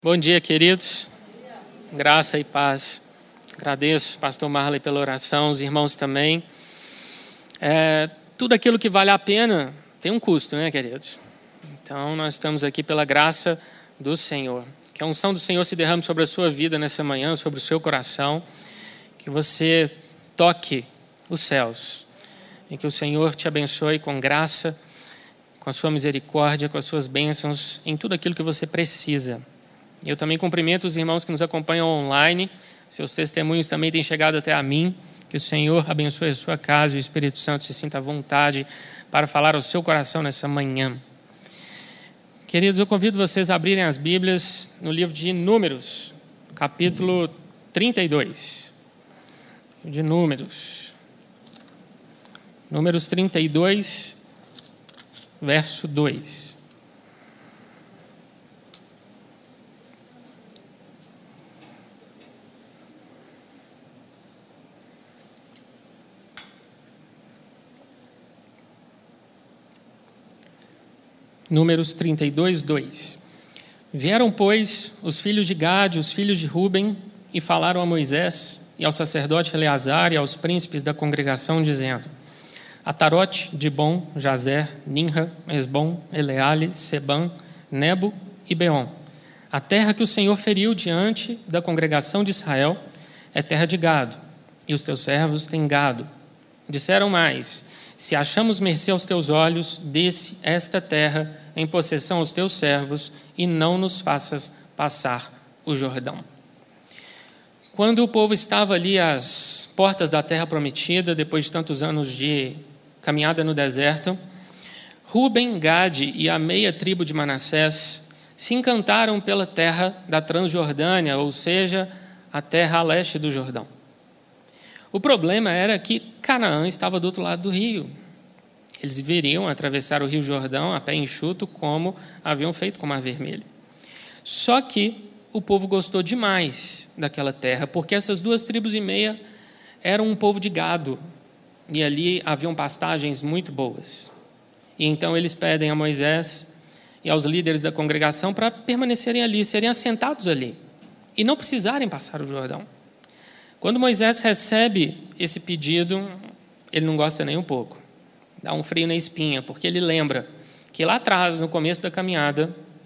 Bom dia, queridos. Graça e paz. Agradeço, pastor Marley, pela oração, os irmãos também. Tudo aquilo que vale a pena tem um custo, né, queridos? Então, nós estamos aqui pela graça do Senhor. Que a unção do Senhor se derrame sobre a sua vida nessa manhã, sobre o seu coração. Que você toque os céus. E que o Senhor te abençoe com graça, com a sua misericórdia, com as suas bênçãos, em tudo aquilo que você precisa. Eu também cumprimento os irmãos que nos acompanham online. Seus testemunhos também têm chegado até a mim. Que o Senhor abençoe a sua casa e o Espírito Santo se sinta à vontade para falar ao seu coração nessa manhã. Queridos, eu convido vocês a abrirem as Bíblias no livro de Números, capítulo 32. De Números. Números 32, verso 2. Números 32, 2. Vieram, pois, os filhos de Gade, os filhos de Ruben, e falaram a Moisés e ao sacerdote Eleazar e aos príncipes da congregação, dizendo: Atarote, Dibon, Jazer, Ninra, Esbom, Eleale, Sebam, Nebo e Beon. A terra que o Senhor feriu diante da congregação de Israel é terra de gado, e os teus servos têm gado. Disseram mais: se achamos mercê aos teus olhos, desce esta terra em possessão aos teus servos e não nos faças passar o Jordão. Quando o povo estava ali às portas da terra prometida, depois de tantos anos de caminhada no deserto, Ruben, Gade e a meia tribo de Manassés se encantaram pela terra da Transjordânia, ou seja, a terra a leste do Jordão. O problema era que Canaã estava do outro lado do rio. Eles viriam atravessar o rio Jordão a pé enxuto, como haviam feito com o Mar Vermelho. Só que o povo gostou demais daquela terra, porque essas duas tribos e meia eram um povo de gado, e ali haviam pastagens muito boas. E então eles pedem a Moisés e aos líderes da congregação para permanecerem ali, serem assentados ali, e não precisarem passar o Jordão. Quando Moisés recebe esse pedido, ele não gosta nem um pouco. Dá um frio na espinha, porque ele lembra que lá atrás, no começo da caminhada,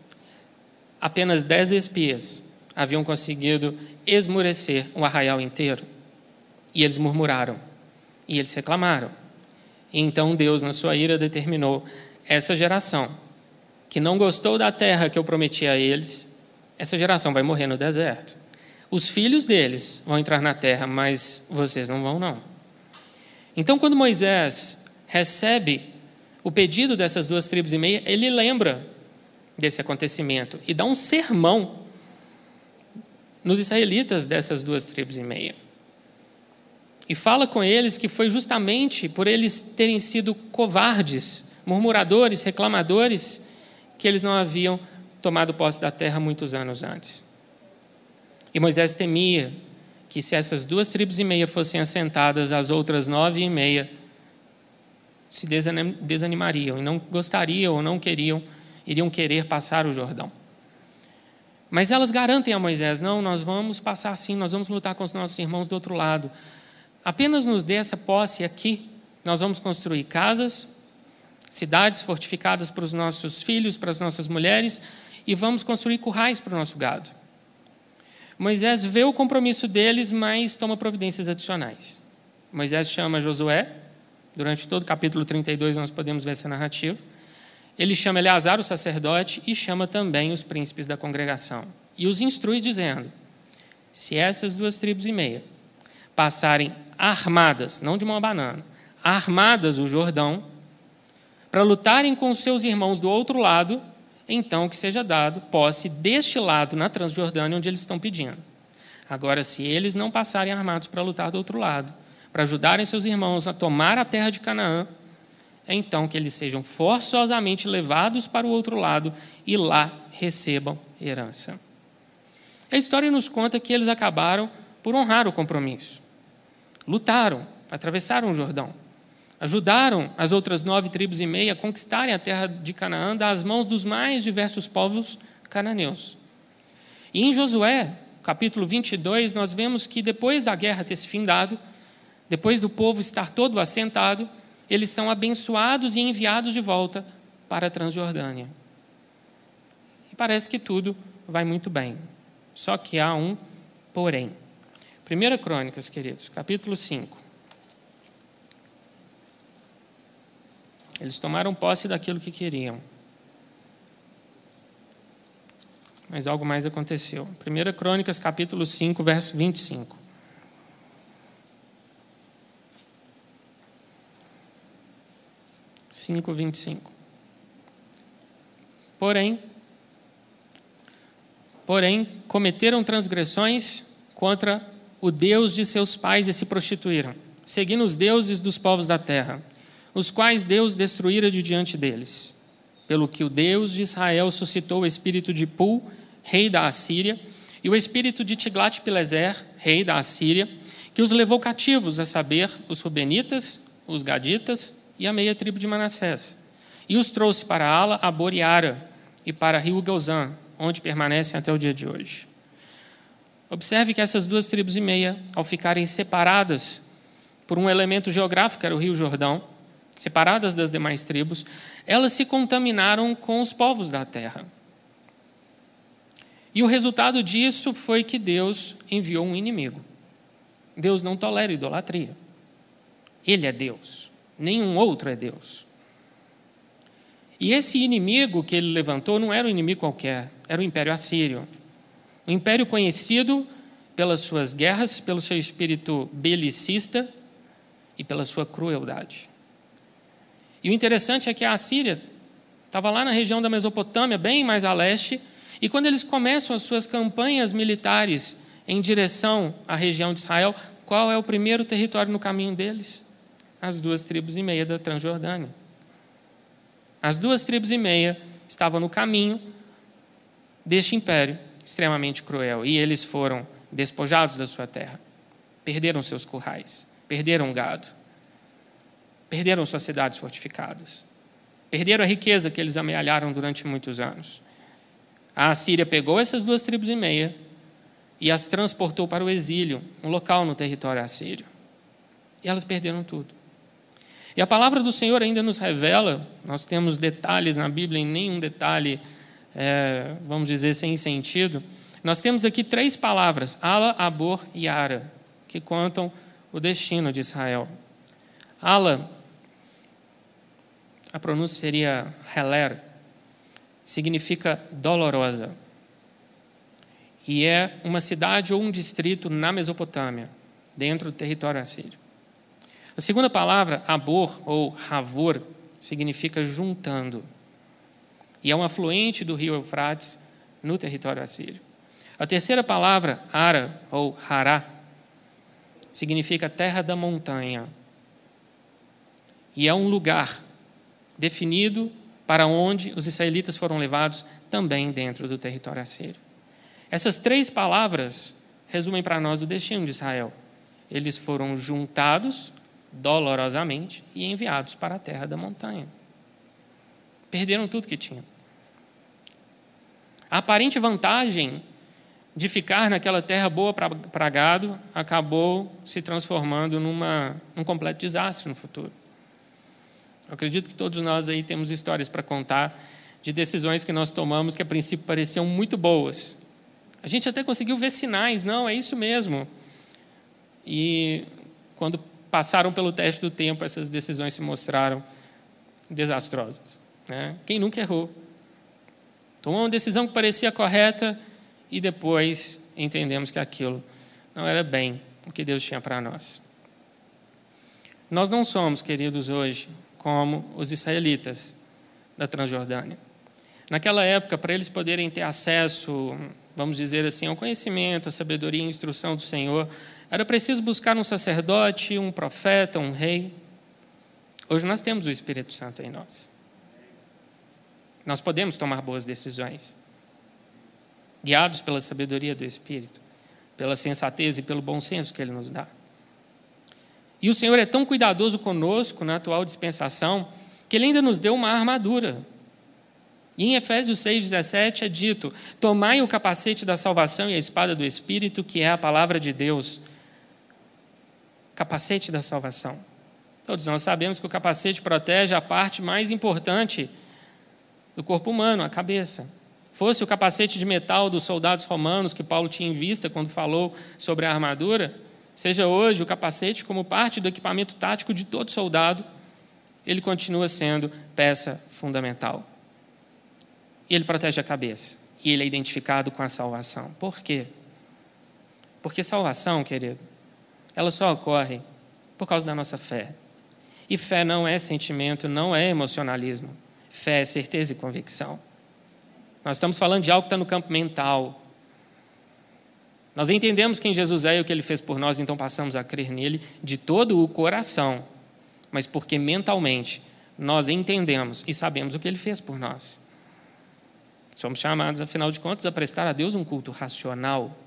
apenas 10 espias haviam conseguido esmurecer um arraial inteiro. E eles murmuraram, e eles reclamaram. E então Deus, na sua ira, determinou: essa geração que não gostou da terra que eu prometi a eles, essa geração vai morrer no deserto. Os filhos deles vão entrar na terra, mas vocês não vão, não. Então, quando Moisés recebe o pedido dessas duas tribos e meia, ele lembra desse acontecimento e dá um sermão nos israelitas dessas duas tribos e meia. E fala com eles que foi justamente por eles terem sido covardes, murmuradores, reclamadores, que eles não haviam tomado posse da terra muitos anos antes. E Moisés temia que, se essas duas tribos e meia fossem assentadas, as outras 9 e meia se desanimariam e não gostariam ou não iriam querer passar o Jordão. Mas elas garantem a Moisés: não, nós vamos passar sim, nós vamos lutar com os nossos irmãos do outro lado. Apenas nos dê essa posse aqui, nós vamos construir casas, cidades fortificadas para os nossos filhos, para as nossas mulheres, e vamos construir currais para o nosso gado. Moisés vê o compromisso deles, mas toma providências adicionais. Moisés chama Josué. Durante todo o capítulo 32 nós podemos ver essa narrativa. Ele chama Eleazar, o sacerdote, e chama também os príncipes da congregação. E os instrui dizendo: se essas duas tribos e meia passarem armadas, não de uma banana, armadas o Jordão, para lutarem com os seus irmãos do outro lado, então que seja dado posse deste lado na Transjordânia, onde eles estão pedindo. Agora, se eles não passarem armados para lutar do outro lado, para ajudarem seus irmãos a tomar a terra de Canaã, então que eles sejam forçosamente levados para o outro lado e lá recebam herança. A história nos conta que eles acabaram por honrar o compromisso. Lutaram, atravessaram o Jordão, ajudaram as outras 9 tribos e meia a conquistarem a terra de Canaã das mãos dos mais diversos povos cananeus. E em Josué, capítulo 22, nós vemos que depois da guerra ter se findado, depois do povo estar todo assentado, eles são abençoados e enviados de volta para a Transjordânia. E parece que tudo vai muito bem. Só que há um porém. 1 Crônicas, queridos, capítulo 5. Eles tomaram posse daquilo que queriam. Mas algo mais aconteceu. 1 Crônicas, capítulo 5, verso 25. Porém, cometeram transgressões contra o Deus de seus pais e se prostituíram, seguindo os deuses dos povos da terra, os quais Deus destruíra de diante deles. Pelo que o Deus de Israel suscitou o espírito de Pul, rei da Assíria, e o espírito de Tiglat-Pileser, rei da Assíria, que os levou cativos, a saber, os Rubenitas, os Gaditas e a meia tribo de Manassés, e os trouxe para Ala, Abor e Ara, e para Rio Gozã, onde permanecem até o dia de hoje. Observe que essas 2 tribos e meia, ao ficarem separadas por um elemento geográfico, que era o Rio Jordão, separadas das demais tribos, elas se contaminaram com os povos da terra. E o resultado disso foi que Deus enviou um inimigo. Deus não tolera idolatria. Ele é Deus. Nenhum outro é Deus. E esse inimigo que ele levantou não era um inimigo qualquer, era o Império Assírio. Um império conhecido pelas suas guerras, pelo seu espírito belicista e pela sua crueldade. E o interessante é que a Assíria estava lá na região da Mesopotâmia, bem mais a leste, e quando eles começam as suas campanhas militares em direção à região de Israel, qual é o primeiro território no caminho deles? As 2 tribos e meia da Transjordânia. As 2 tribos e meia estavam no caminho deste império extremamente cruel, e eles foram despojados da sua terra, perderam seus currais, perderam gado, perderam suas cidades fortificadas, perderam a riqueza que eles amealharam durante muitos anos. A Assíria pegou essas 2 tribos e meia e as transportou para o exílio, um local no território assírio. E elas perderam tudo. E a palavra do Senhor ainda nos revela, nós temos detalhes na Bíblia, em nenhum detalhe, vamos dizer, sem sentido. Nós temos aqui 3 palavras, Ala, Abor e Ara, que contam o destino de Israel. Ala, a pronúncia seria Heler, significa dolorosa. E é uma cidade ou um distrito na Mesopotâmia, dentro do território assírio. A segunda palavra, Abor ou Havor, significa juntando. E é um afluente do rio Eufrates no território assírio. A terceira palavra, Ara ou Hará, significa terra da montanha. E é um lugar definido para onde os israelitas foram levados, também dentro do território assírio. Essas 3 palavras resumem para nós o destino de Israel. Eles foram juntados dolorosamente e enviados para a terra da montanha. Perderam tudo que tinham. A aparente vantagem de ficar naquela terra boa para gado acabou se transformando num completo desastre no futuro. Eu acredito que todos nós aí temos histórias para contar de decisões que nós tomamos que a princípio pareciam muito boas. A gente até conseguiu ver sinais, não, é isso mesmo. E quando passaram pelo teste do tempo, essas decisões se mostraram desastrosas. Né? Quem nunca errou? Tomou uma decisão que parecia correta e depois entendemos que aquilo não era bem o que Deus tinha para nós. Nós não somos, queridos, hoje como os israelitas da Transjordânia. Naquela época, para eles poderem ter acesso, vamos dizer assim, ao conhecimento, à sabedoria e à instrução do Senhor, era preciso buscar um sacerdote, um profeta, um rei. Hoje nós temos o Espírito Santo em nós. Nós podemos tomar boas decisões, guiados pela sabedoria do Espírito, pela sensatez e pelo bom senso que Ele nos dá. E o Senhor é tão cuidadoso conosco na atual dispensação que Ele ainda nos deu uma armadura. E em Efésios 6,17 é dito: tomai o capacete da salvação e a espada do Espírito, que é a palavra de Deus. Capacete da salvação. Todos nós sabemos que o capacete protege a parte mais importante do corpo humano, a cabeça. Fosse o capacete de metal dos soldados romanos que Paulo tinha em vista quando falou sobre a armadura, seja hoje o capacete como parte do equipamento tático de todo soldado, ele continua sendo peça fundamental. E ele protege a cabeça. E ele é identificado com a salvação. Por quê? Porque salvação, querido, ela só ocorre por causa da nossa fé. E fé não é sentimento, não é emocionalismo. Fé é certeza e convicção. Nós estamos falando de algo que está no campo mental. Nós entendemos quem Jesus é e o que Ele fez por nós, então passamos a crer nele de todo o coração. Mas porque mentalmente nós entendemos e sabemos o que Ele fez por nós. Somos chamados, afinal de contas, a prestar a Deus um culto racional.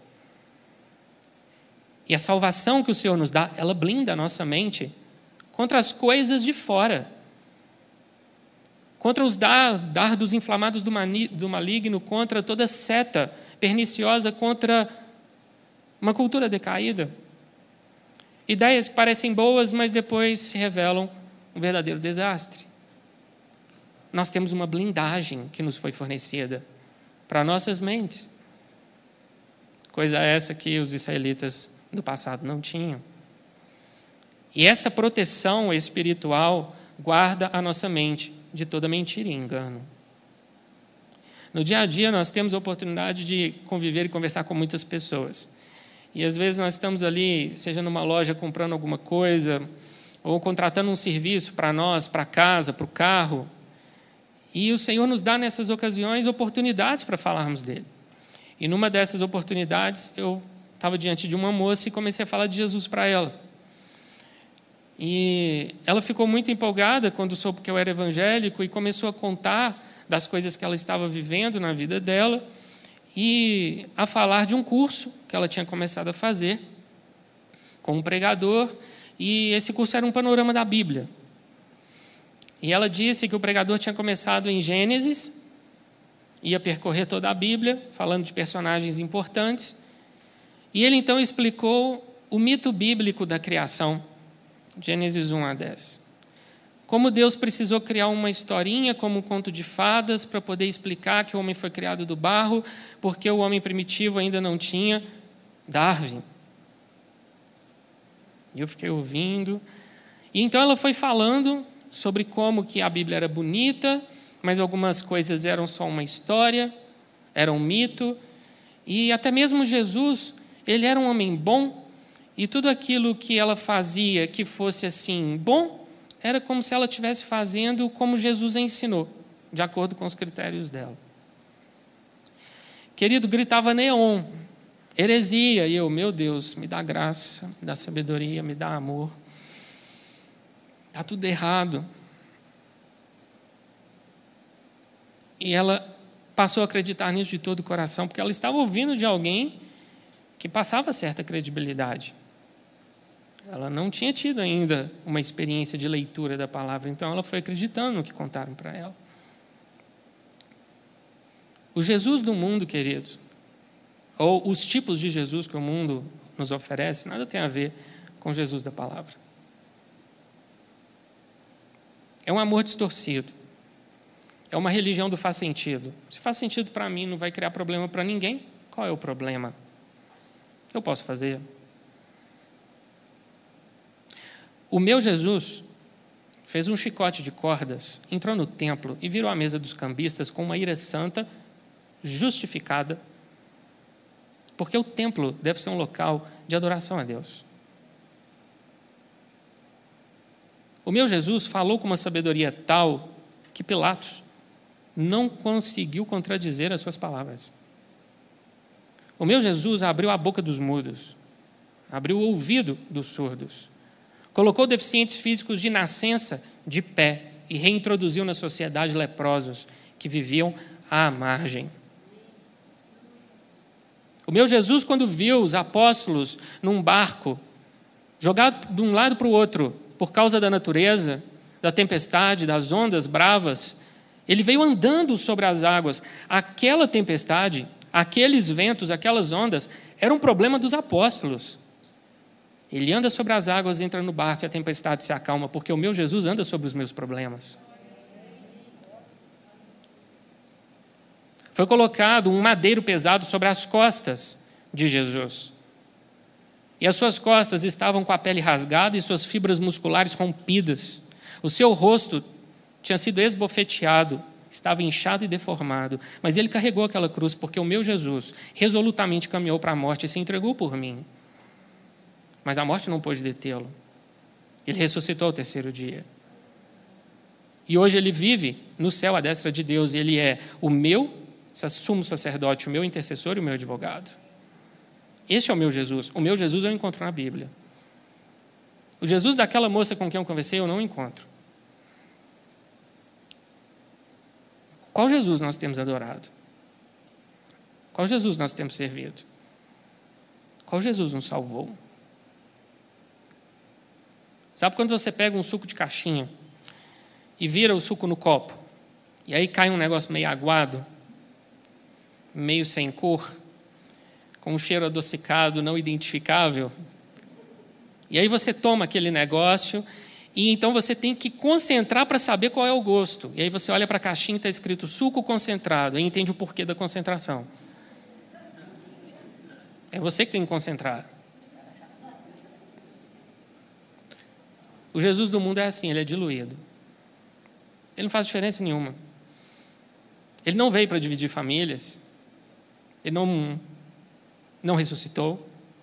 E a salvação que o Senhor nos dá, ela blinda a nossa mente contra as coisas de fora. Contra os dardos inflamados do maligno, contra toda seta perniciosa, contra uma cultura decaída. Ideias que parecem boas, mas depois se revelam um verdadeiro desastre. Nós temos uma blindagem que nos foi fornecida para nossas mentes. Coisa essa que os israelitas do passado não tinham. E essa proteção espiritual guarda a nossa mente de toda mentira e engano. No dia a dia nós temos a oportunidade de conviver e conversar com muitas pessoas. E às vezes nós estamos ali, seja numa loja comprando alguma coisa, ou contratando um serviço para nós, para casa, para o carro. E o Senhor nos dá nessas ocasiões oportunidades para falarmos dele. E numa dessas oportunidades eu estava diante de uma moça e comecei a falar de Jesus para ela. E ela ficou muito empolgada quando soube que eu era evangélico e começou a contar das coisas que ela estava vivendo na vida dela e a falar de um curso que ela tinha começado a fazer com um pregador, e esse curso era um panorama da Bíblia. E ela disse que o pregador tinha começado em Gênesis, ia percorrer toda a Bíblia, falando de personagens importantes, e ele então explicou o mito bíblico da criação, Gênesis 1 a 10. Como Deus precisou criar uma historinha como um conto de fadas para poder explicar que o homem foi criado do barro, porque o homem primitivo ainda não tinha Darwin. E eu fiquei ouvindo. E então ela foi falando sobre como que a Bíblia era bonita, mas algumas coisas eram só uma história, era um mito. E até mesmo Jesus, ele era um homem bom, e tudo aquilo que ela fazia que fosse assim bom, era como se ela estivesse fazendo como Jesus ensinou, de acordo com os critérios dela. Querido, gritava neon, heresia, e eu, meu Deus, me dá graça, me dá sabedoria, me dá amor. Está tudo errado. E ela passou a acreditar nisso de todo o coração, porque ela estava ouvindo de alguém que passava certa credibilidade. Ela não tinha tido ainda uma experiência de leitura da palavra, então ela foi acreditando no que contaram para ela. O Jesus do mundo, queridos, ou os tipos de Jesus que o mundo nos oferece, nada tem a ver com Jesus da palavra. É um amor distorcido. É uma religião do faz sentido. Se faz sentido para mim, não vai criar problema para ninguém, qual é o problema? Eu posso fazer. O meu Jesus fez um chicote de cordas, entrou no templo e virou a mesa dos cambistas com uma ira santa justificada, porque o templo deve ser um local de adoração a Deus. O meu Jesus falou com uma sabedoria tal que Pilatos não conseguiu contradizer as suas palavras. O meu Jesus abriu a boca dos mudos, abriu o ouvido dos surdos, colocou deficientes físicos de nascença de pé e reintroduziu na sociedade leprosos que viviam à margem. O meu Jesus, quando viu os apóstolos num barco, jogado de um lado para o outro, por causa da natureza, da tempestade, das ondas bravas, Ele veio andando sobre as águas. Aquela tempestade, aqueles ventos, aquelas ondas, era um problema dos apóstolos. Ele anda sobre as águas, entra no barco e a tempestade se acalma, porque o meu Jesus anda sobre os meus problemas. Foi colocado um madeiro pesado sobre as costas de Jesus. E as suas costas estavam com a pele rasgada e suas fibras musculares rompidas. O seu rosto tinha sido esbofeteado, estava inchado e deformado. Mas ele carregou aquela cruz porque o meu Jesus resolutamente caminhou para a morte e se entregou por mim. Mas a morte não pôde detê-lo. Ele ressuscitou ao terceiro dia. E hoje ele vive no céu à destra de Deus. Ele é o meu sumo sacerdote, o meu intercessor e o meu advogado. Esse é o meu Jesus. O meu Jesus eu encontro na Bíblia. O Jesus daquela moça com quem eu conversei eu não encontro. Qual Jesus nós temos adorado? Qual Jesus nós temos servido? Qual Jesus nos salvou? Sabe quando você pega um suco de caixinha e vira o suco no copo, e aí cai um negócio meio aguado, meio sem cor, com um cheiro adocicado, não identificável? E aí você toma aquele negócio e então você tem que concentrar para saber qual é o gosto. E aí você olha para a caixinha e está escrito suco concentrado, e entende o porquê da concentração. É você que tem que concentrar. O Jesus do mundo é assim, ele é diluído. Ele não faz diferença nenhuma. Ele não veio para dividir famílias. Ele não ressuscitou.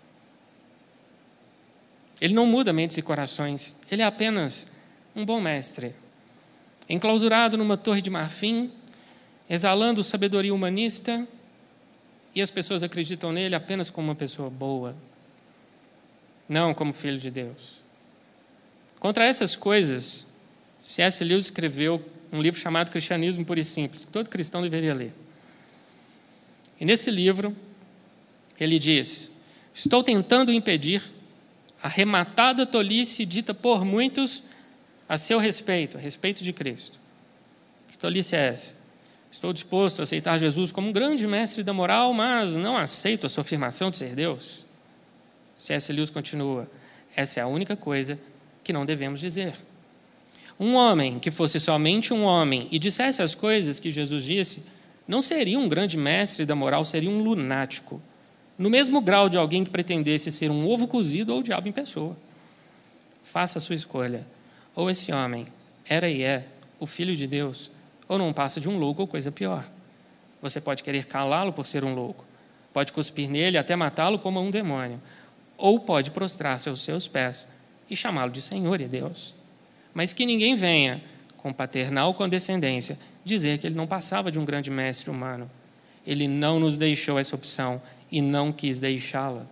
Ele não muda mentes e corações. Ele é apenas um bom mestre, enclausurado numa torre de marfim, exalando sabedoria humanista, e as pessoas acreditam nele apenas como uma pessoa boa, não como filho de Deus. Contra essas coisas, C.S. Lewis escreveu um livro chamado Cristianismo Puro e Simples, que todo cristão deveria ler. E nesse livro, ele diz: estou tentando impedir a rematada tolice dita por muitos a seu respeito, a respeito de Cristo. Que tolice é essa? Estou disposto a aceitar Jesus como um grande mestre da moral, mas não aceito a sua afirmação de ser Deus. C.S. Lewis continua: essa é a única coisa que não devemos dizer. Um homem que fosse somente um homem e dissesse as coisas que Jesus disse, não seria um grande mestre da moral, seria um lunático, no mesmo grau de alguém que pretendesse ser um ovo cozido ou o diabo em pessoa. Faça a sua escolha. Ou esse homem era e é o Filho de Deus, ou não passa de um louco ou coisa pior. Você pode querer calá-lo por ser um louco, pode cuspir nele até matá-lo como um demônio, ou pode prostrar-se aos seus pés e chamá-lo de Senhor e Deus. Mas que ninguém venha, com paternal condescendência, dizer que ele não passava de um grande mestre humano. Ele não nos deixou essa opção e não quis deixá-la.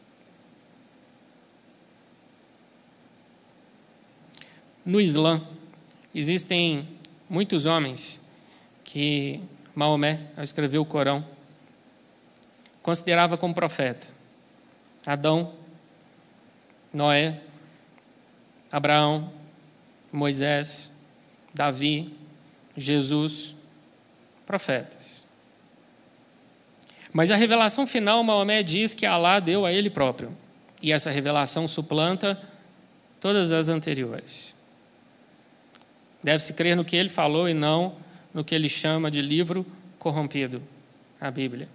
No Islã, existem muitos homens que Maomé, ao escrever o Corão, considerava como profeta. Adão, Noé, Abraão, Moisés, Davi, Jesus, profetas. Mas a revelação final, Maomé diz que Alá deu a ele próprio. E essa revelação suplanta todas as anteriores. Deve-se crer no que ele falou e não no que ele chama de livro corrompido, a Bíblia.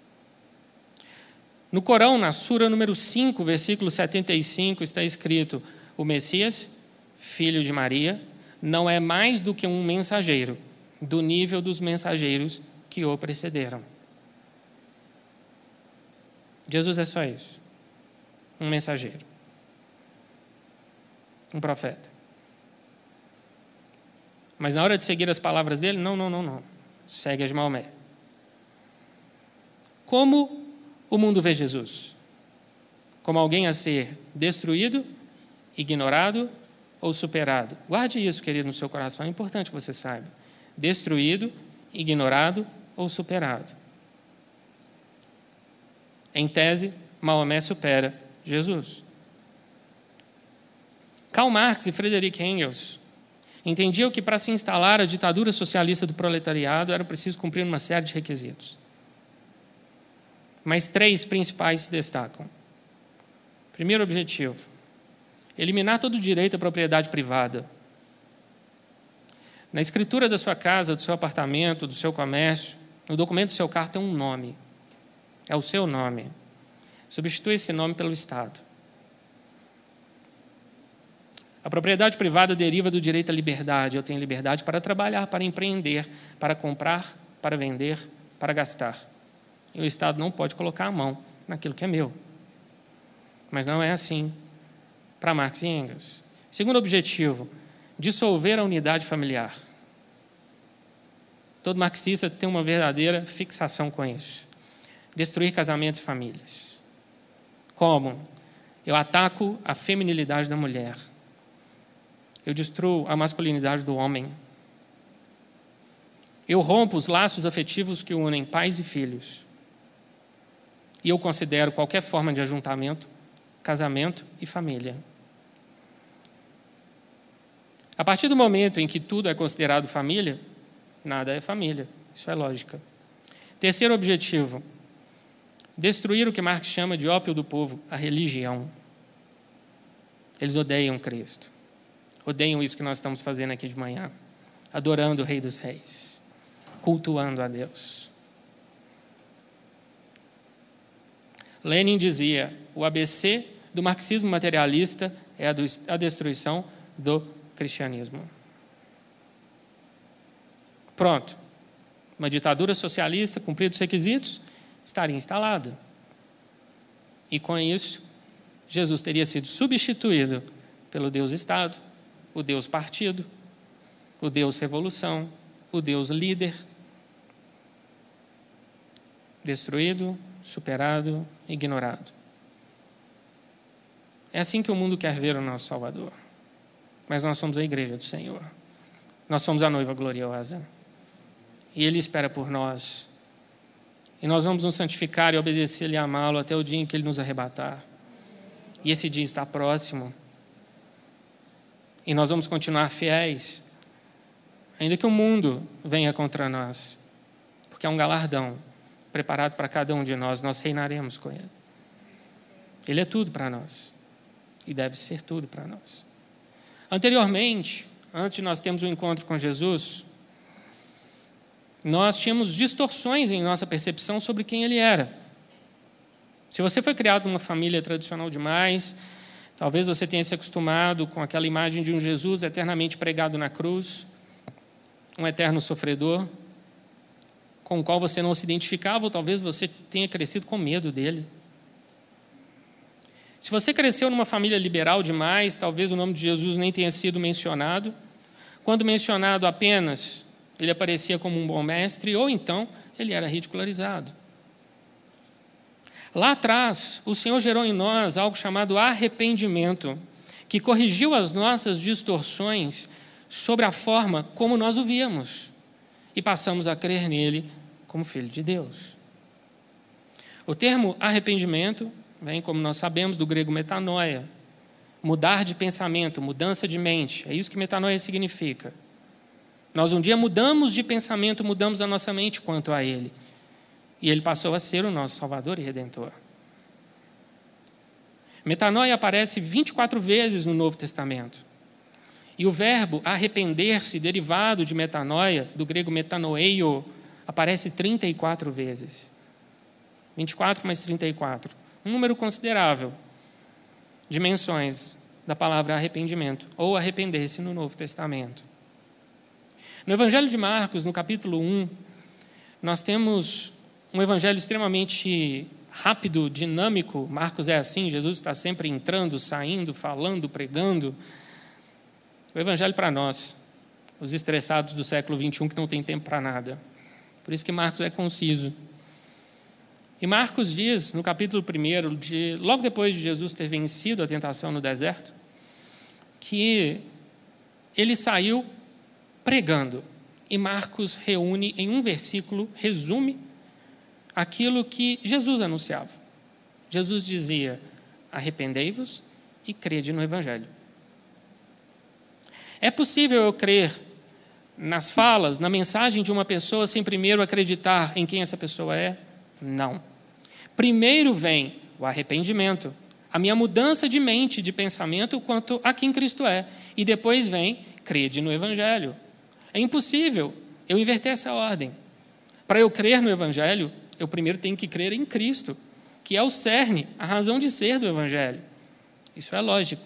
No Corão, na Sura número 5, versículo 75, está escrito: o Messias, filho de Maria, não é mais do que um mensageiro, do nível dos mensageiros que o precederam. Jesus é só isso, um mensageiro, um profeta. Mas na hora de seguir as palavras dele, não. Segue as de Maomé. Como o mundo vê Jesus? Como alguém a ser destruído, ignorado ou superado? Guarde isso, querido, no seu coração. É importante que você saiba. Destruído, ignorado ou superado. Em tese, Maomé supera Jesus. Karl Marx e Friedrich Engels entendiam que para se instalar a ditadura socialista do proletariado era preciso cumprir uma série de requisitos. Mas 3 principais se destacam. Primeiro objetivo: eliminar todo o direito à propriedade privada. Na escritura da sua casa, do seu apartamento, do seu comércio, no documento do seu carro tem um nome. É o seu nome. Substitui esse nome pelo Estado. A propriedade privada deriva do direito à liberdade. Eu tenho liberdade para trabalhar, para empreender, para comprar, para vender, para gastar. E o Estado não pode colocar a mão naquilo que é meu. Mas não é assim para Marx e Engels. Segundo objetivo: dissolver a unidade familiar. Todo marxista tem uma verdadeira fixação com isso. Destruir casamentos e famílias. Como? Eu ataco a feminilidade da mulher. Eu destruo a masculinidade do homem. Eu rompo os laços afetivos que unem pais e filhos. E eu considero qualquer forma de ajuntamento, casamento e família. A partir do momento em que tudo é considerado família, nada é família. Isso é lógica. Terceiro objetivo: destruir o que Marx chama de ópio do povo, a religião. Eles odeiam Cristo. Odeiam isso que nós estamos fazendo aqui de manhã. Adorando o Rei dos Reis. Cultuando a Deus. Lenin dizia: o ABC do marxismo materialista é a destruição do cristianismo. Pronto. Uma ditadura socialista, cumpridos os requisitos, estaria instalada. E com isso, Jesus teria sido substituído pelo Deus Estado, o Deus Partido, o Deus Revolução, o Deus Líder. Destruído, superado, ignorado. É assim que o mundo quer ver o nosso Salvador. Mas nós somos a igreja do Senhor. Nós somos a noiva gloriosa. E Ele espera por nós. E nós vamos nos santificar e obedecer-lhe e amá-lo até o dia em que Ele nos arrebatar. E esse dia está próximo. E nós vamos continuar fiéis, ainda que o mundo venha contra nós. Porque é um galardão preparado para cada um de nós. Nós reinaremos com Ele. Ele é tudo para nós. E deve ser tudo para nós. Anteriormente, antes de nós termos um encontro com Jesus, nós tínhamos distorções em nossa percepção sobre quem Ele era. Se você foi criado numa família tradicional demais, talvez você tenha se acostumado com aquela imagem de um Jesus eternamente pregado na cruz, um eterno sofredor, com o qual você não se identificava, ou talvez você tenha crescido com medo dele. Se você cresceu numa família liberal demais, talvez o nome de Jesus nem tenha sido mencionado. Quando mencionado apenas, ele aparecia como um bom mestre, ou então ele era ridicularizado. Lá atrás, o Senhor gerou em nós algo chamado arrependimento, que corrigiu as nossas distorções sobre a forma como nós o víamos, e passamos a crer nele como Filho de Deus. O termo arrependimento vem, como nós sabemos, do grego metanoia, mudar de pensamento, mudança de mente. É isso que metanoia significa. Nós um dia mudamos de pensamento, mudamos a nossa mente quanto a Ele. E Ele passou a ser o nosso Salvador e Redentor. Metanoia aparece 24 vezes no Novo Testamento. E o verbo arrepender-se, derivado de metanoia, do grego metanoeio, aparece 34 vezes. 24 mais 34. Um número considerável de menções da palavra arrependimento, ou arrepender-se no Novo Testamento. No Evangelho de Marcos, no capítulo 1, nós temos um evangelho extremamente rápido, dinâmico. Marcos é assim, Jesus está sempre entrando, saindo, falando, pregando. O evangelho para nós, os estressados do século XXI que não tem tempo para nada. Por isso que Marcos é conciso. E Marcos diz, no capítulo 1, logo depois de Jesus ter vencido a tentação no deserto, que ele saiu pregando. E Marcos reúne em um versículo, resume aquilo que Jesus anunciava. Jesus dizia: arrependei-vos e crede no Evangelho. É possível eu crer nas falas, na mensagem de uma pessoa, sem primeiro acreditar em quem essa pessoa é? Não. Primeiro vem o arrependimento, a minha mudança de mente, de pensamento quanto a quem Cristo é. E depois vem, crede no Evangelho. É impossível eu inverter essa ordem. Para eu crer no Evangelho, eu primeiro tenho que crer em Cristo, que é o cerne, a razão de ser do Evangelho. Isso é lógico.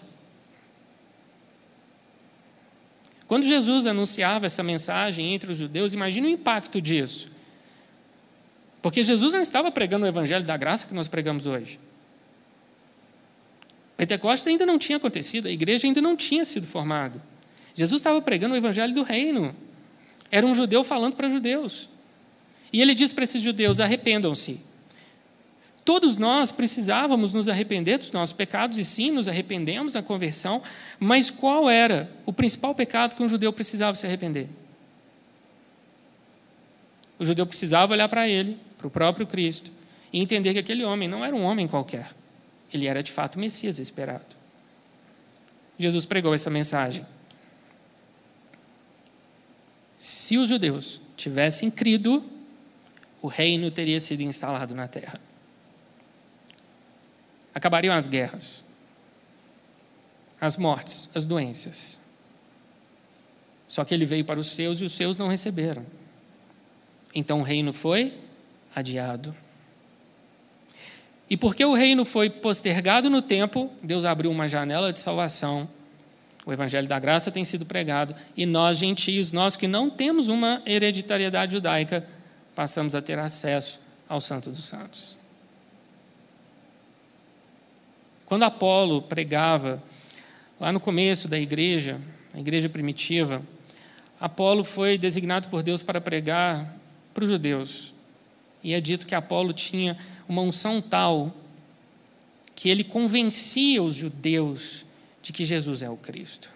Quando Jesus anunciava essa mensagem entre os judeus, imagine o impacto disso. Porque Jesus não estava pregando o Evangelho da graça que nós pregamos hoje. Pentecostes ainda não tinha acontecido, a igreja ainda não tinha sido formada. Jesus estava pregando o Evangelho do reino. Era um judeu falando para judeus. E ele diz para esses judeus: arrependam-se. Todos nós precisávamos nos arrepender dos nossos pecados, e sim, nos arrependemos na conversão, mas qual era o principal pecado que um judeu precisava se arrepender? O judeu precisava olhar para ele, para o próprio Cristo, e entender que aquele homem não era um homem qualquer. Ele era, de fato, o Messias esperado. Jesus pregou essa mensagem. Se os judeus tivessem crido, o reino teria sido instalado na terra. Acabariam as guerras, as mortes, as doenças. Só que ele veio para os seus e os seus não receberam. Então o reino foi adiado. E porque o reino foi postergado no tempo, Deus abriu uma janela de salvação. O Evangelho da Graça tem sido pregado, e nós, gentios, nós que não temos uma hereditariedade judaica, passamos a ter acesso ao Santo dos Santos. Quando Apolo pregava, lá no começo da igreja, a igreja primitiva, Apolo foi designado por Deus para pregar para os judeus. E é dito que Apolo tinha uma unção tal que ele convencia os judeus de que Jesus é o Cristo.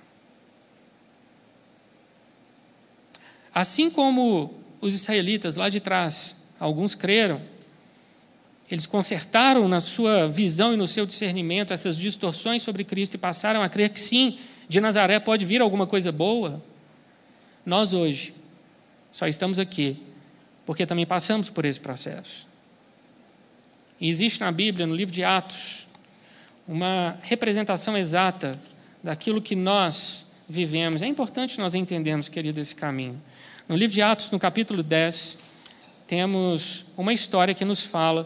Assim como os israelitas lá de trás, alguns creram, eles consertaram na sua visão e no seu discernimento essas distorções sobre Cristo e passaram a crer que sim, de Nazaré pode vir alguma coisa boa. Nós hoje só estamos aqui porque também passamos por esse processo. E existe na Bíblia, no livro de Atos, uma representação exata daquilo que nós vivemos. É importante nós entendermos, querido, esse caminho. No livro de Atos, no capítulo 10, temos uma história que nos fala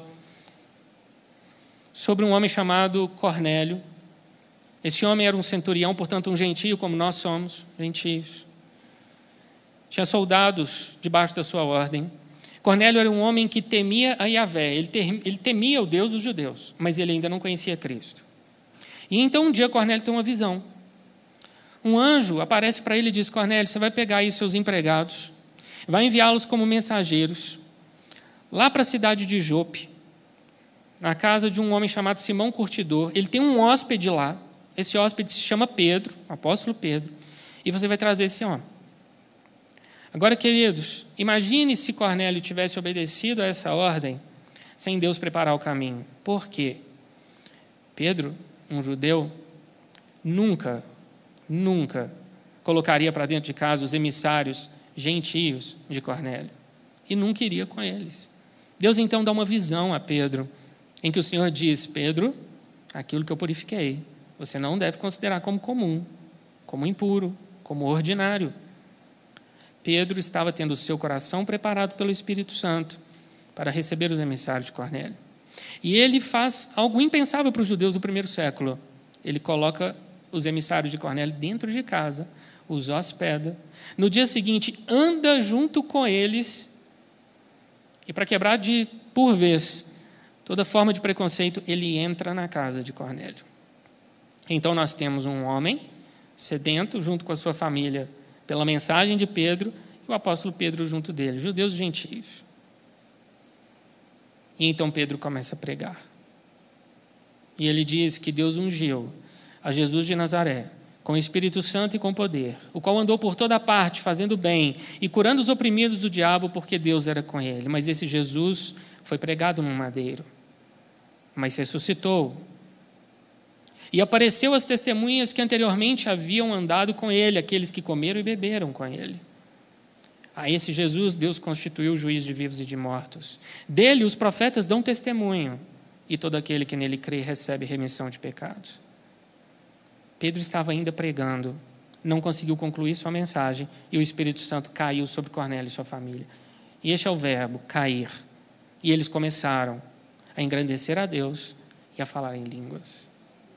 sobre um homem chamado Cornélio. Esse homem era um centurião, portanto um gentio como nós somos, gentios. Tinha soldados debaixo da sua ordem. Cornélio era um homem que temia a Yahvé, ele temia o Deus dos judeus, mas ele ainda não conhecia Cristo. E então um dia Cornélio tem uma visão. Um anjo aparece para ele e diz: Cornélio, você vai pegar aí seus empregados, vai enviá-los como mensageiros lá para a cidade de Jope, na casa de um homem chamado Simão Curtidor. Ele tem um hóspede lá, esse hóspede se chama Pedro, o apóstolo Pedro, e você vai trazer esse homem. Agora, queridos, imagine se Cornélio tivesse obedecido a essa ordem sem Deus preparar o caminho. Por quê? Pedro, um judeu, nunca colocaria para dentro de casa os emissários gentios de Cornélio. E nunca iria com eles. Deus então dá uma visão a Pedro, em que o Senhor diz: Pedro, aquilo que eu purifiquei, você não deve considerar como comum, como impuro, como ordinário. Pedro estava tendo o seu coração preparado pelo Espírito Santo para receber os emissários de Cornélio. E ele faz algo impensável para os judeus do primeiro século. Ele coloca os emissários de Cornélio dentro de casa, os hospeda. No dia seguinte, anda junto com eles. E para quebrar por vez toda forma de preconceito, ele entra na casa de Cornélio. Então nós temos um homem sedento, junto com a sua família, pela mensagem de Pedro, e o apóstolo Pedro junto dele, judeus e gentios. E então Pedro começa a pregar. E ele diz que Deus ungiu a Jesus de Nazaré com o Espírito Santo e com poder, o qual andou por toda parte, fazendo bem e curando os oprimidos do diabo, porque Deus era com ele. Mas esse Jesus foi pregado num madeiro, mas ressuscitou. E apareceu às testemunhas que anteriormente haviam andado com ele, aqueles que comeram e beberam com ele. A esse Jesus, Deus constituiu o juiz de vivos e de mortos. Dele os profetas dão testemunho, e todo aquele que nele crê recebe remissão de pecados. Pedro estava ainda pregando, não conseguiu concluir sua mensagem, e o Espírito Santo caiu sobre Cornélio e sua família. E este é o verbo, cair. E eles começaram a engrandecer a Deus e a falar em línguas.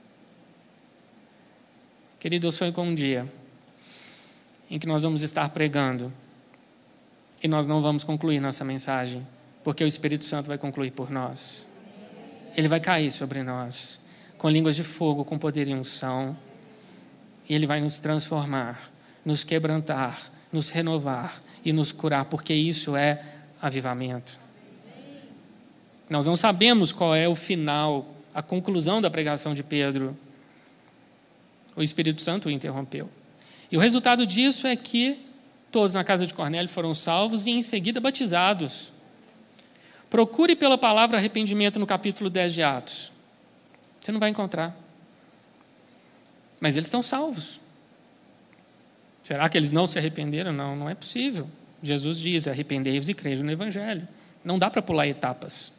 Querido, eu sonho com um dia em que nós vamos estar pregando e nós não vamos concluir nossa mensagem, porque o Espírito Santo vai concluir por nós. Ele vai cair sobre nós, com línguas de fogo, com poder e unção, e Ele vai nos transformar, nos quebrantar, nos renovar e nos curar, porque isso é avivamento. Nós não sabemos qual é o final, a conclusão da pregação de Pedro. O Espírito Santo o interrompeu. E o resultado disso é que todos na casa de Cornélio foram salvos e em seguida batizados. Procure pela palavra arrependimento no capítulo 10 de Atos. Você não vai encontrar. Mas eles estão salvos. Será que eles não se arrependeram? Não, não é possível. Jesus diz, arrependei-vos e crede no Evangelho. Não dá para pular etapas.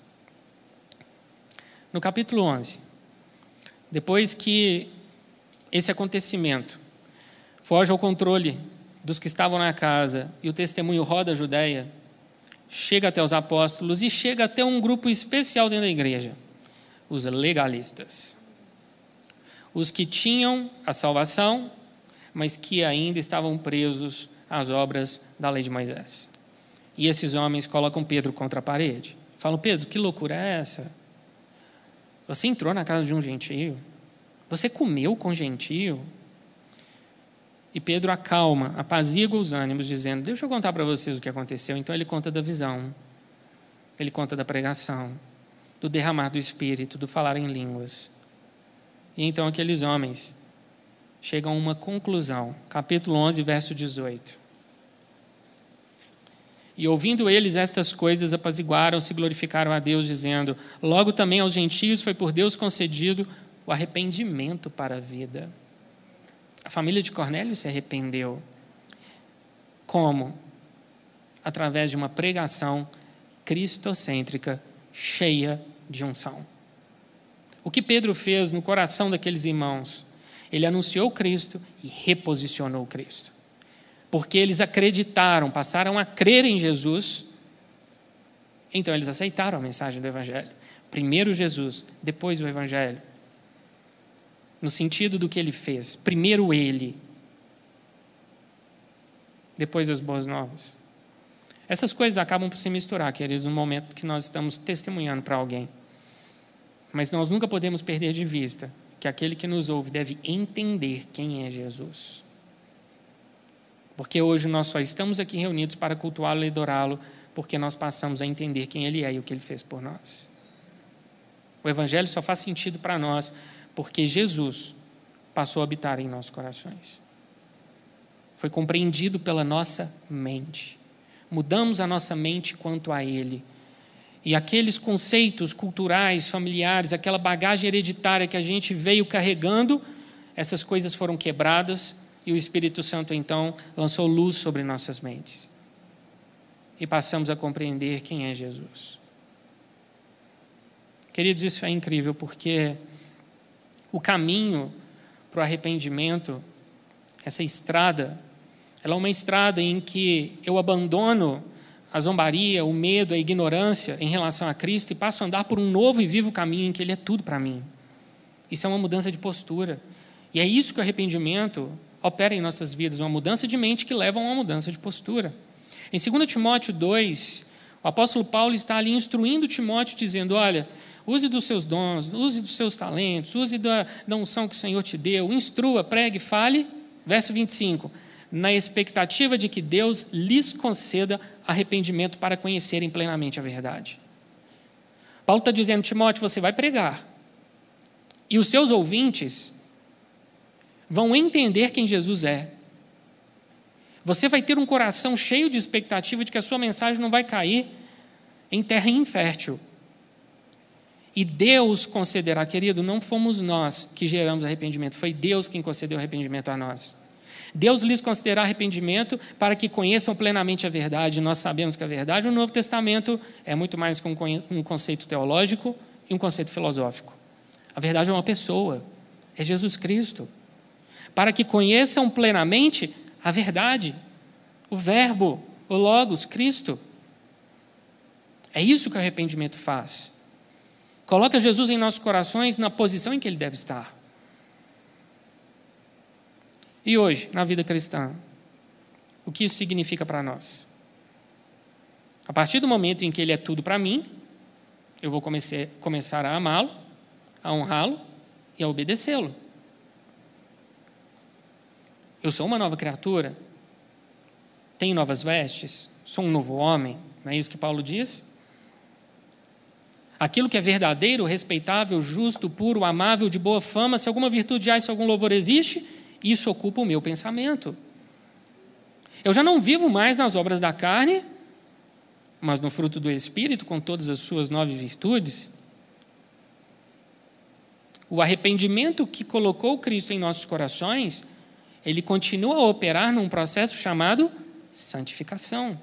No capítulo 11, depois que esse acontecimento foge ao controle dos que estavam na casa e o testemunho roda a Judeia, chega até os apóstolos e chega até um grupo especial dentro da igreja, os legalistas. Os que tinham a salvação, mas que ainda estavam presos às obras da lei de Moisés. E esses homens colocam Pedro contra a parede. Falam, Pedro, que loucura é essa? Você entrou na casa de um gentio? Você comeu com gentio? E Pedro acalma, apazigua os ânimos, dizendo, deixa eu contar para vocês o que aconteceu. Então ele conta da visão, ele conta da pregação, do derramar do Espírito, do falar em línguas. E então aqueles homens chegam a uma conclusão. Capítulo 11, verso 18. E ouvindo eles estas coisas, apaziguaram-se e glorificaram a Deus, dizendo, logo também aos gentios foi por Deus concedido o arrependimento para a vida. A família de Cornélio se arrependeu. Como? Através de uma pregação cristocêntrica, cheia de unção. O que Pedro fez no coração daqueles irmãos? Ele anunciou Cristo e reposicionou Cristo. Porque eles acreditaram, passaram a crer em Jesus, então eles aceitaram a mensagem do Evangelho. Primeiro Jesus, depois o Evangelho. No sentido do que ele fez. Primeiro ele, depois as boas novas. Essas coisas acabam por se misturar, queridos, no momento que nós estamos testemunhando para alguém. Mas nós nunca podemos perder de vista que aquele que nos ouve deve entender quem é Jesus. Porque hoje nós só estamos aqui reunidos para cultuá-lo e adorá-lo, porque nós passamos a entender quem ele é e o que ele fez por nós. O Evangelho só faz sentido para nós porque Jesus passou a habitar em nossos corações. Foi compreendido pela nossa mente. Mudamos a nossa mente quanto a Ele. E aqueles conceitos culturais, familiares, aquela bagagem hereditária que a gente veio carregando, essas coisas foram quebradas e o Espírito Santo, então, lançou luz sobre nossas mentes. E passamos a compreender quem é Jesus. Queridos, isso é incrível porque o caminho para o arrependimento, essa estrada, ela é uma estrada em que eu abandono a zombaria, o medo, a ignorância em relação a Cristo e passo a andar por um novo e vivo caminho em que Ele é tudo para mim. Isso é uma mudança de postura. E é isso que o arrependimento opera em nossas vidas, uma mudança de mente que leva a uma mudança de postura. Em 2 Timóteo 2, o apóstolo Paulo está ali instruindo Timóteo, dizendo, olha, use dos seus dons, use dos seus talentos, use da unção que o Senhor te deu, instrua, pregue, fale. Verso 25, na expectativa de que Deus lhes conceda arrependimento para conhecerem plenamente a verdade. Paulo está dizendo, Timóteo, você vai pregar. E os seus ouvintes vão entender quem Jesus é. Você vai ter um coração cheio de expectativa de que a sua mensagem não vai cair em terra infértil. E Deus concederá, querido, não fomos nós que geramos arrependimento, foi Deus quem concedeu arrependimento a nós. Deus lhes concederá arrependimento para que conheçam plenamente a verdade. Nós sabemos que a verdade, o Novo Testamento, é muito mais que um conceito teológico e um conceito filosófico. A verdade é uma pessoa, é Jesus Cristo. Para que conheçam plenamente a verdade, o Verbo, o Logos, Cristo. É isso que o arrependimento faz. Coloca Jesus em nossos corações na posição em que Ele deve estar. E hoje, na vida cristã, o que isso significa para nós? A partir do momento em que Ele é tudo para mim, eu vou começar a amá-lo, a honrá-lo e a obedecê-lo. Eu sou uma nova criatura, tenho novas vestes, sou um novo homem, não é isso que Paulo diz? Aquilo que é verdadeiro, respeitável, justo, puro, amável, de boa fama, se alguma virtude há, se algum louvor existe, isso ocupa o meu pensamento. Eu já não vivo mais nas obras da carne, mas no fruto do Espírito, com todas as suas 9 virtudes. O arrependimento que colocou Cristo em nossos corações, ele continua a operar num processo chamado santificação.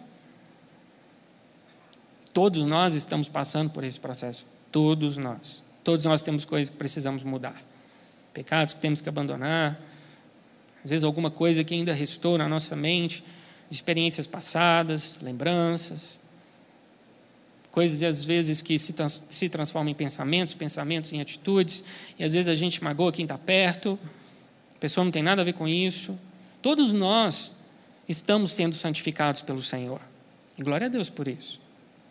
Todos nós estamos passando por esse processo. Todos nós. Todos nós temos coisas que precisamos mudar. Pecados que temos que abandonar. Às vezes alguma coisa que ainda restou na nossa mente, de experiências passadas, lembranças. Coisas, às vezes, que se transformam em pensamentos em atitudes. E, às vezes, a gente magoa quem está perto. A pessoa não tem nada a ver com isso. Todos nós estamos sendo santificados pelo Senhor. E glória a Deus por isso.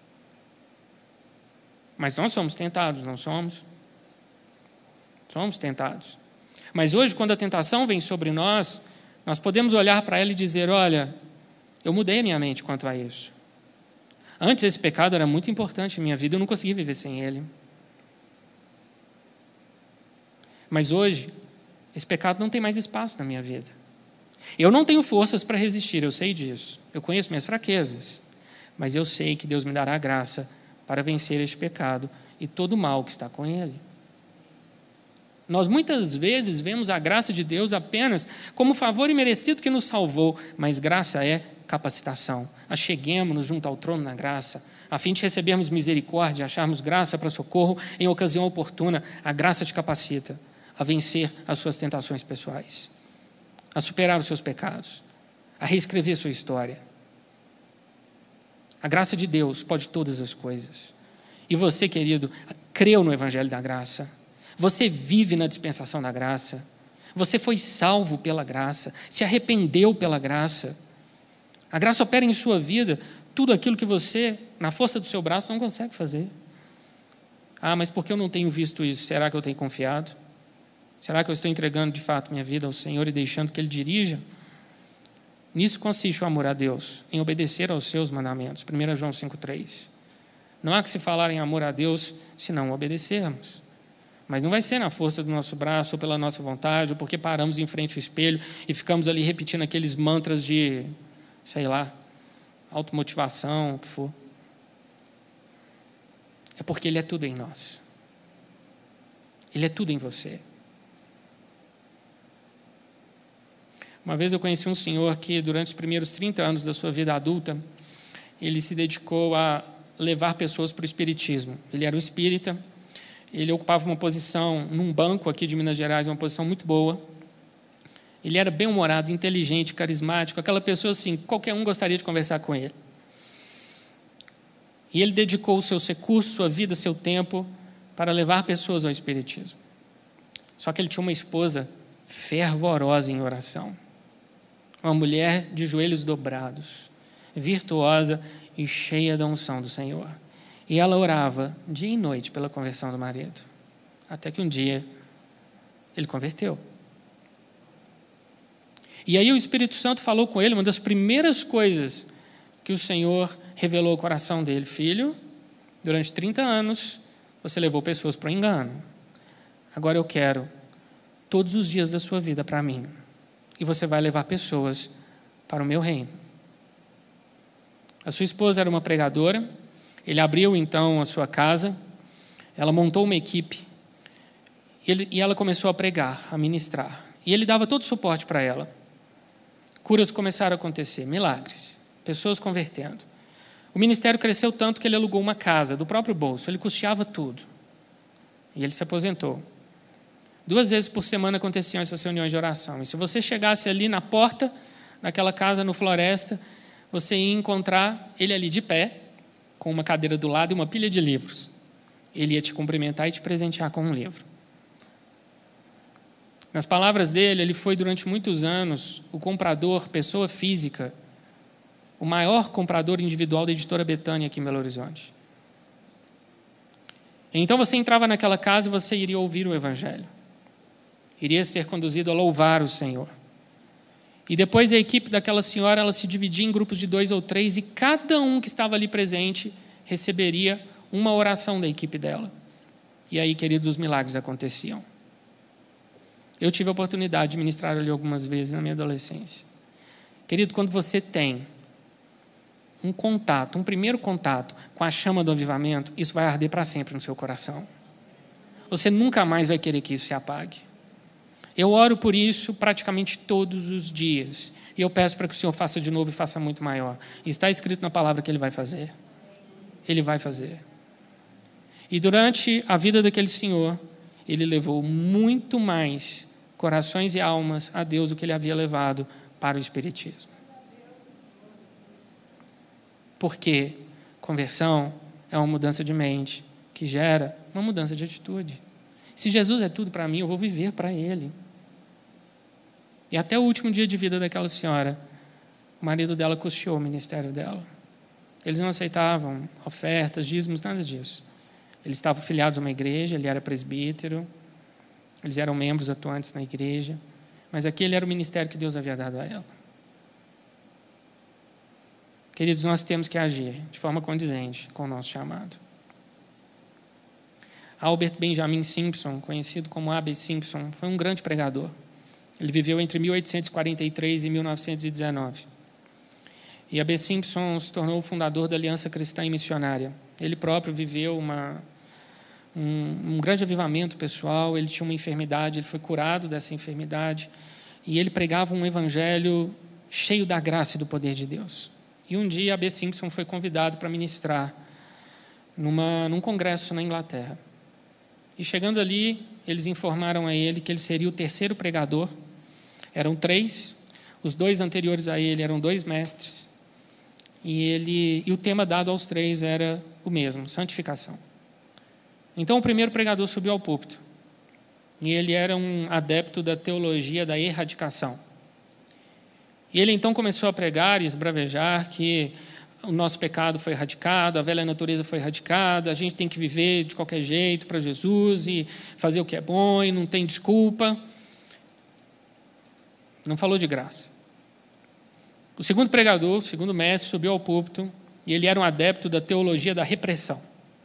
Mas nós somos tentados, não somos? Somos tentados. Mas hoje, quando a tentação vem sobre nós, nós podemos olhar para ela e dizer, olha, eu mudei a minha mente quanto a isso. Antes esse pecado era muito importante em minha vida, eu não conseguia viver sem ele. Mas hoje, esse pecado não tem mais espaço na minha vida. Eu não tenho forças para resistir, eu sei disso. Eu conheço minhas fraquezas. Mas eu sei que Deus me dará a graça para vencer este pecado e todo o mal que está com ele. Nós muitas vezes vemos a graça de Deus apenas como favor imerecido que nos salvou, mas graça é capacitação. Acheguemo-nos junto ao trono da graça, a fim de recebermos misericórdia, acharmos graça para socorro em ocasião oportuna. A graça te capacita a vencer as suas tentações pessoais, a superar os seus pecados, a reescrever sua história. A graça de Deus pode todas as coisas. E você, querido, creu no Evangelho da Graça. Você vive na dispensação da graça. Você foi salvo pela graça. Se arrependeu pela graça. A graça opera em sua vida tudo aquilo que você, na força do seu braço, não consegue fazer. Ah, mas por que eu não tenho visto isso? Será que eu tenho confiado? Será que eu estou entregando de fato minha vida ao Senhor e deixando que Ele dirija? Nisso consiste o amor a Deus, em obedecer aos seus mandamentos. 1 João 5,3. Não há que se falar em amor a Deus se não obedecermos. Mas não vai ser na força do nosso braço ou pela nossa vontade, ou porque paramos em frente ao espelho e ficamos ali repetindo aqueles mantras de, sei lá, automotivação, o que for. É porque Ele é tudo em nós. Ele é tudo em você. Uma vez eu conheci um senhor que, durante os primeiros 30 anos da sua vida adulta, ele se dedicou a levar pessoas para o espiritismo. Ele era um espírita, ele ocupava uma posição num banco aqui de Minas Gerais, uma posição muito boa. Ele era bem-humorado, inteligente, carismático, aquela pessoa assim, qualquer um gostaria de conversar com ele. E ele dedicou o seu recurso, sua vida, seu tempo, para levar pessoas ao espiritismo. Só que ele tinha uma esposa fervorosa em oração. Uma mulher de joelhos dobrados, virtuosa e cheia da unção do Senhor. E ela orava dia e noite pela conversão do marido. Até que um dia ele converteu. E aí o Espírito Santo falou com ele, uma das primeiras coisas que o Senhor revelou ao coração dele. Filho, durante 30 anos você levou pessoas para o engano. Agora eu quero todos os dias da sua vida para mim. E você vai levar pessoas para o meu reino. A sua esposa era uma pregadora. Ele abriu, então, a sua casa. ela montou uma equipe e ela começou a pregar, a ministrar. E ele dava todo o suporte para ela. Curas começaram a acontecer, milagres, pessoas convertendo. O ministério cresceu tanto que ele alugou uma casa do próprio bolso, ele custeava tudo. E ele se aposentou. 2 vezes por semana aconteciam essas reuniões de oração. E se você chegasse ali na porta, naquela casa no Floresta, você ia encontrar ele ali de pé, com uma cadeira do lado e uma pilha de livros. Ele ia te cumprimentar e te presentear com um livro. Nas palavras dele, ele foi durante muitos anos o comprador, pessoa física, o maior comprador individual da editora Betânia aqui em Belo Horizonte. Então você entrava naquela casa e você iria ouvir o Evangelho. Iria ser conduzido a louvar o Senhor. E depois a equipe daquela senhora, ela se dividia em grupos de 2 ou 3 e cada um que estava ali presente receberia uma oração da equipe dela. E aí, queridos, os milagres aconteciam. Eu tive a oportunidade de ministrar ali algumas vezes na minha adolescência. Querido, quando você tem um contato, um primeiro contato com a chama do avivamento, isso vai arder para sempre no seu coração. Você nunca mais vai querer que isso se apague. Eu oro por isso praticamente todos os dias. E eu peço para que o Senhor faça de novo e faça muito maior. Está escrito na palavra que Ele vai fazer. Ele vai fazer. E durante a vida daquele senhor, ele levou muito mais corações e almas a Deus do que ele havia levado para o Espiritismo. Porque conversão é uma mudança de mente que gera uma mudança de atitude. Se Jesus é tudo para mim, eu vou viver para Ele. E até o último dia de vida daquela senhora, o marido dela custeou o ministério dela. Eles não aceitavam ofertas, dízimos, nada disso. Eles estavam filiados a uma igreja, ele era presbítero, eles eram membros atuantes na igreja, mas aquele era o ministério que Deus havia dado a ela. Queridos, nós temos que agir de forma condizente com o nosso chamado. Albert Benjamin Simpson, conhecido como A.B. Simpson, foi um grande pregador. Ele viveu entre 1843 e 1919. E A.B. Simpson se tornou o fundador da Aliança Cristã e Missionária. Ele próprio viveu um grande avivamento pessoal, ele tinha uma enfermidade, ele foi curado dessa enfermidade, e ele pregava um evangelho cheio da graça e do poder de Deus. E um dia A.B. Simpson foi convidado para ministrar num congresso na Inglaterra. E chegando ali, eles informaram a ele que ele seria o terceiro pregador. Eram 3, os 2 anteriores a ele eram 2 mestres. E o tema dado aos 3 era o mesmo, santificação. Então o primeiro pregador subiu ao púlpito. E ele era um adepto da teologia da erradicação. E ele então começou a pregar e esbravejar que o nosso pecado foi erradicado, a velha natureza foi erradicada, a gente tem que viver de qualquer jeito para Jesus e fazer o que é bom e não tem desculpa. Não falou de graça. O segundo pregador, o segundo mestre, subiu ao púlpito e ele era um adepto da teologia da repressão.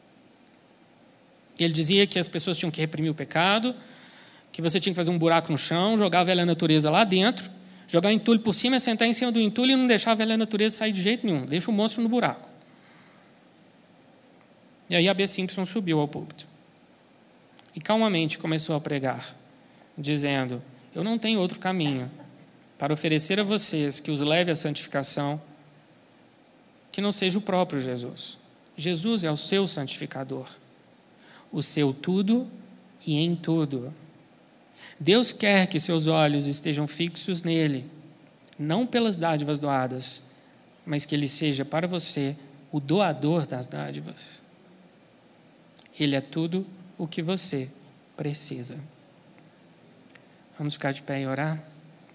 Ele dizia que as pessoas tinham que reprimir o pecado, que você tinha que fazer um buraco no chão, jogar a velha natureza lá dentro, jogar o entulho por cima, sentar em cima do entulho e não deixar a velha natureza sair de jeito nenhum. Deixa o monstro no buraco. E aí A.B. Simpson subiu ao púlpito. E calmamente começou a pregar, dizendo: eu não tenho outro caminho para oferecer a vocês que os leve à santificação que não seja o próprio Jesus. Jesus é o seu santificador, o seu tudo e em tudo. Deus quer que seus olhos estejam fixos nele, não pelas dádivas doadas, mas que ele seja para você o doador das dádivas. Ele é tudo o que você precisa. Vamos ficar de pé e orar?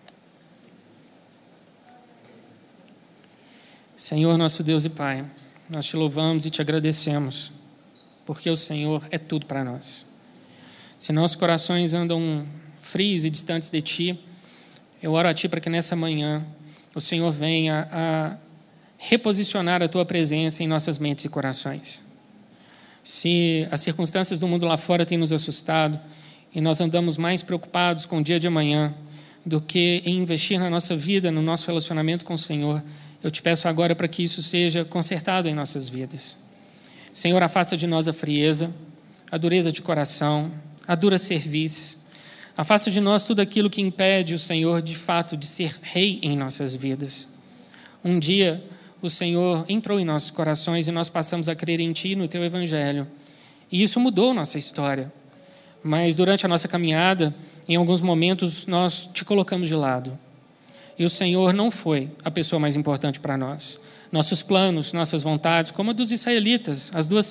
Senhor, nosso Deus e Pai, nós te louvamos e te agradecemos, porque o Senhor é tudo para nós. Se nossos corações andam frios e distantes de Ti, eu oro a Ti para que nessa manhã o Senhor venha a reposicionar a Tua presença em nossas mentes e corações. Se as circunstâncias do mundo lá fora têm nos assustado e nós andamos mais preocupados com o dia de amanhã do que em investir na nossa vida, no nosso relacionamento com o Senhor, eu te peço agora para que isso seja consertado em nossas vidas. Senhor, afasta de nós a frieza, a dureza de coração, a dura cerviz. Afasta de nós tudo aquilo que impede o Senhor, de fato, de ser rei em nossas vidas. Um dia, o Senhor entrou em nossos corações e nós passamos a crer em Ti, no Teu Evangelho. E isso mudou nossa história. Mas durante a nossa caminhada, em alguns momentos, nós Te colocamos de lado. E o Senhor não foi a pessoa mais importante para nós. Nossos planos, nossas vontades, como a dos israelitas, as 2,5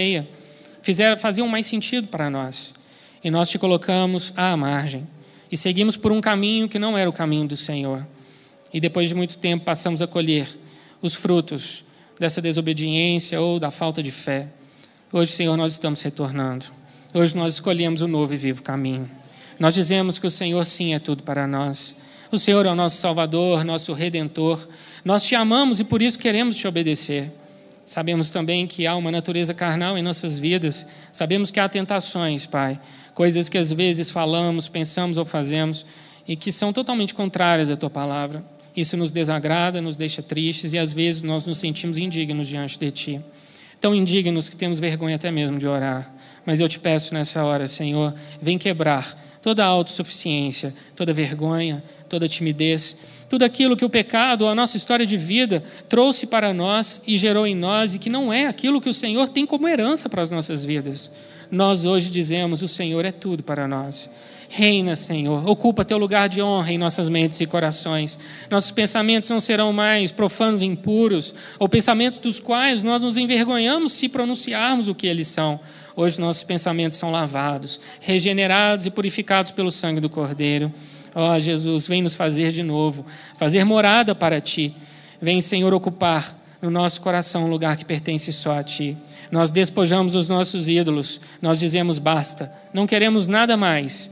tribos, faziam mais sentido para nós. E nós Te colocamos à margem. E seguimos por um caminho que não era o caminho do Senhor. E depois de muito tempo passamos a colher os frutos dessa desobediência ou da falta de fé. Hoje, Senhor, nós estamos retornando. Hoje nós escolhemos o novo e vivo caminho. Nós dizemos que o Senhor, sim, é tudo para nós. O Senhor é o nosso Salvador, nosso Redentor. Nós Te amamos e por isso queremos Te obedecer. Sabemos também que há uma natureza carnal em nossas vidas. Sabemos que há tentações, Pai. Coisas que às vezes falamos, pensamos ou fazemos e que são totalmente contrárias à Tua palavra. Isso nos desagrada, nos deixa tristes e às vezes nós nos sentimos indignos diante de Ti. Tão indignos que temos vergonha até mesmo de orar. Mas eu Te peço nessa hora, Senhor, vem quebrar toda a autossuficiência, toda vergonha, toda timidez, tudo aquilo que o pecado, a nossa história de vida, trouxe para nós e gerou em nós e que não é aquilo que o Senhor tem como herança para as nossas vidas. Nós hoje dizemos, o Senhor é tudo para nós. Reina, Senhor, ocupa Teu lugar de honra em nossas mentes e corações. Nossos pensamentos não serão mais profanos e impuros, ou pensamentos dos quais nós nos envergonhamos se pronunciarmos o que eles são. Hoje nossos pensamentos são lavados, regenerados e purificados pelo sangue do Cordeiro. Ó Jesus, vem nos fazer de novo, fazer morada para Ti. Vem, Senhor, ocupar no nosso coração um lugar que pertence só a Ti. Nós despojamos os nossos ídolos, nós dizemos basta. Não queremos nada mais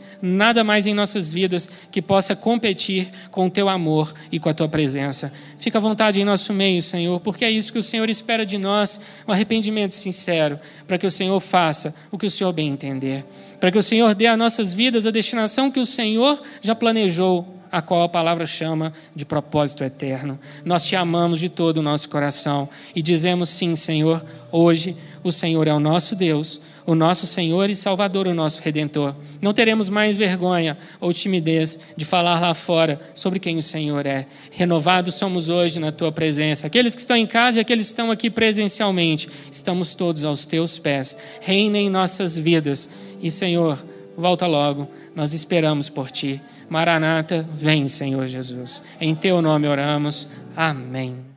em nossas vidas que possa competir com o Teu amor e com a Tua presença. Fica à vontade em nosso meio, Senhor, porque é isso que o Senhor espera de nós, um arrependimento sincero, para que o Senhor faça o que o Senhor bem entender, para que o Senhor dê a nossas vidas a destinação que o Senhor já planejou, a qual a palavra chama de propósito eterno. Nós Te amamos de todo o nosso coração e dizemos sim, Senhor, hoje o Senhor é o nosso Deus, o nosso Senhor e Salvador, o nosso Redentor. Não teremos mais vergonha ou timidez de falar lá fora sobre quem o Senhor é. Renovados somos hoje na Tua presença. Aqueles que estão em casa e aqueles que estão aqui presencialmente, estamos todos aos Teus pés. Reina em nossas vidas. E, Senhor, volta logo, nós esperamos por Ti. Maranata, vem, Senhor Jesus. Em Teu nome oramos. Amém.